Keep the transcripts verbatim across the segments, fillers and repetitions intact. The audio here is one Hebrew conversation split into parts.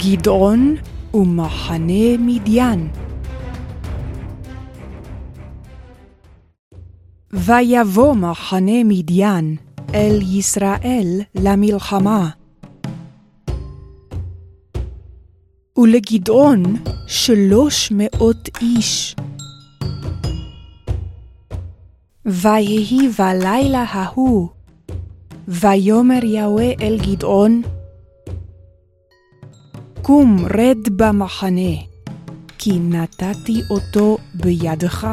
גדעון ומחנה מדיין. ויבוא מחנה מדיין אל ישראל למלחמה. ולגדעון שלוש מאות איש. ויהי בלילה ההוא, ויאמר יהוה אל גדעון, קום רד במחנה, כי נתתי אותו בידך.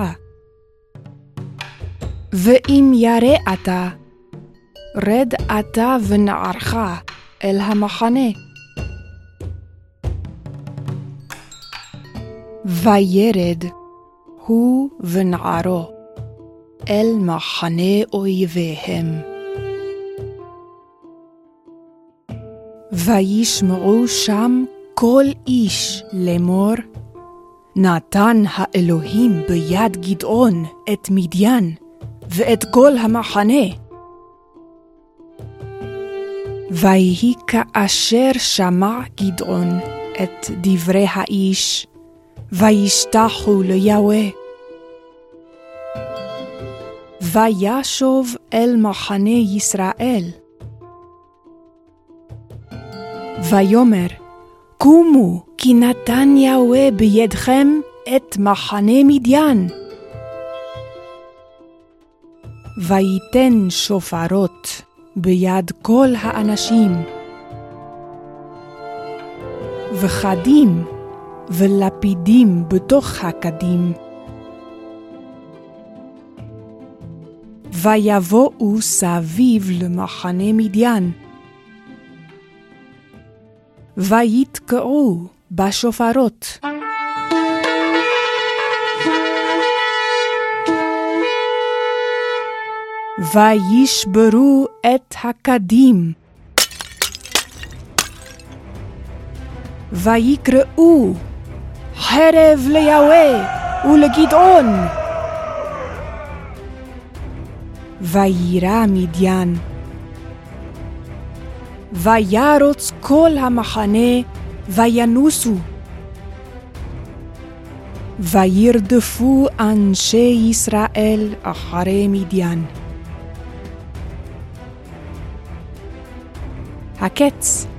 ואם ירא אתה, רד אתה ונערך אל המחנה. וירד הוא ונערו אל מחנה אויביהם. וישמעו שם כל איש לאמור, נתן האלוהים ביד גדעון את מדיין ואת כל המחנה. ויהי כאשר שמע גדעון את דברי האיש, וישתחו ליהוה. וישוב אל מחנה ישראל. ויאמר, קומו, כי נתן יהוה בידכם את מחנה מדיין. ויתן שופרות ביד כל האנשים, וחדים ולפידים בתוך הקדים. ויבואו סביב למחנה מדיין. ויתקעו בשופרות. וישברו את הקדים. ויקראו, חרב ליהוה ולגדעון. וירא מדיין. וירוץ כל המחנה וינוסו. וירדפו אנשי ישראל אחרי מדיין. הקץ.